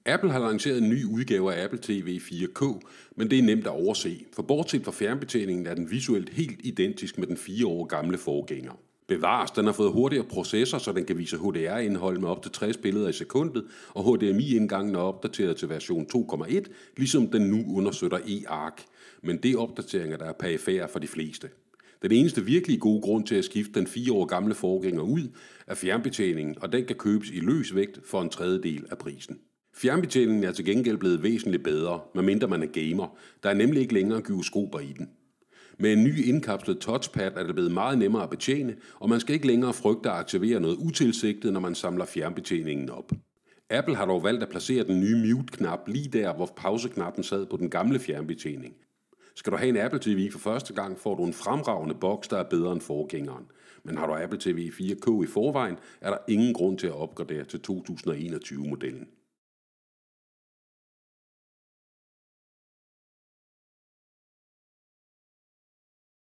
Apple har lanceret en ny udgave af Apple TV 4K, men det er nemt at overse, for bortset fra fjernbetjeningen er den visuelt helt identisk med den 4 år gamle forgænger. Bevares, den har fået hurtigere processor, så den kan vise HDR-indhold med op til 60 billeder i sekundet, og HDMI-indgangen er opdateret til version 2.1, ligesom den nu understøtter eARC, men det er opdateringer, der er perifære for de fleste. Den eneste virkelig gode grund til at skifte den 4 år gamle forgænger ud er fjernbetjeningen, og den kan købes i løs vægt for en tredjedel af prisen. Fjernbetjeningen er til gengæld blevet væsentligt bedre, medmindre man er gamer. Der er nemlig ikke længere gyroskoper i den. Med en ny indkapslet touchpad er det blevet meget nemmere at betjene, og man skal ikke længere frygte at aktivere noget utilsigtet, når man samler fjernbetjeningen op. Apple har dog valgt at placere den nye mute-knap lige der, hvor pauseknappen sad på den gamle fjernbetjening. Skal du have en Apple TV for første gang, får du en fremragende boks, der er bedre end forgængeren. Men har du Apple TV 4K i forvejen, er der ingen grund til at opgradere til 2021-modellen.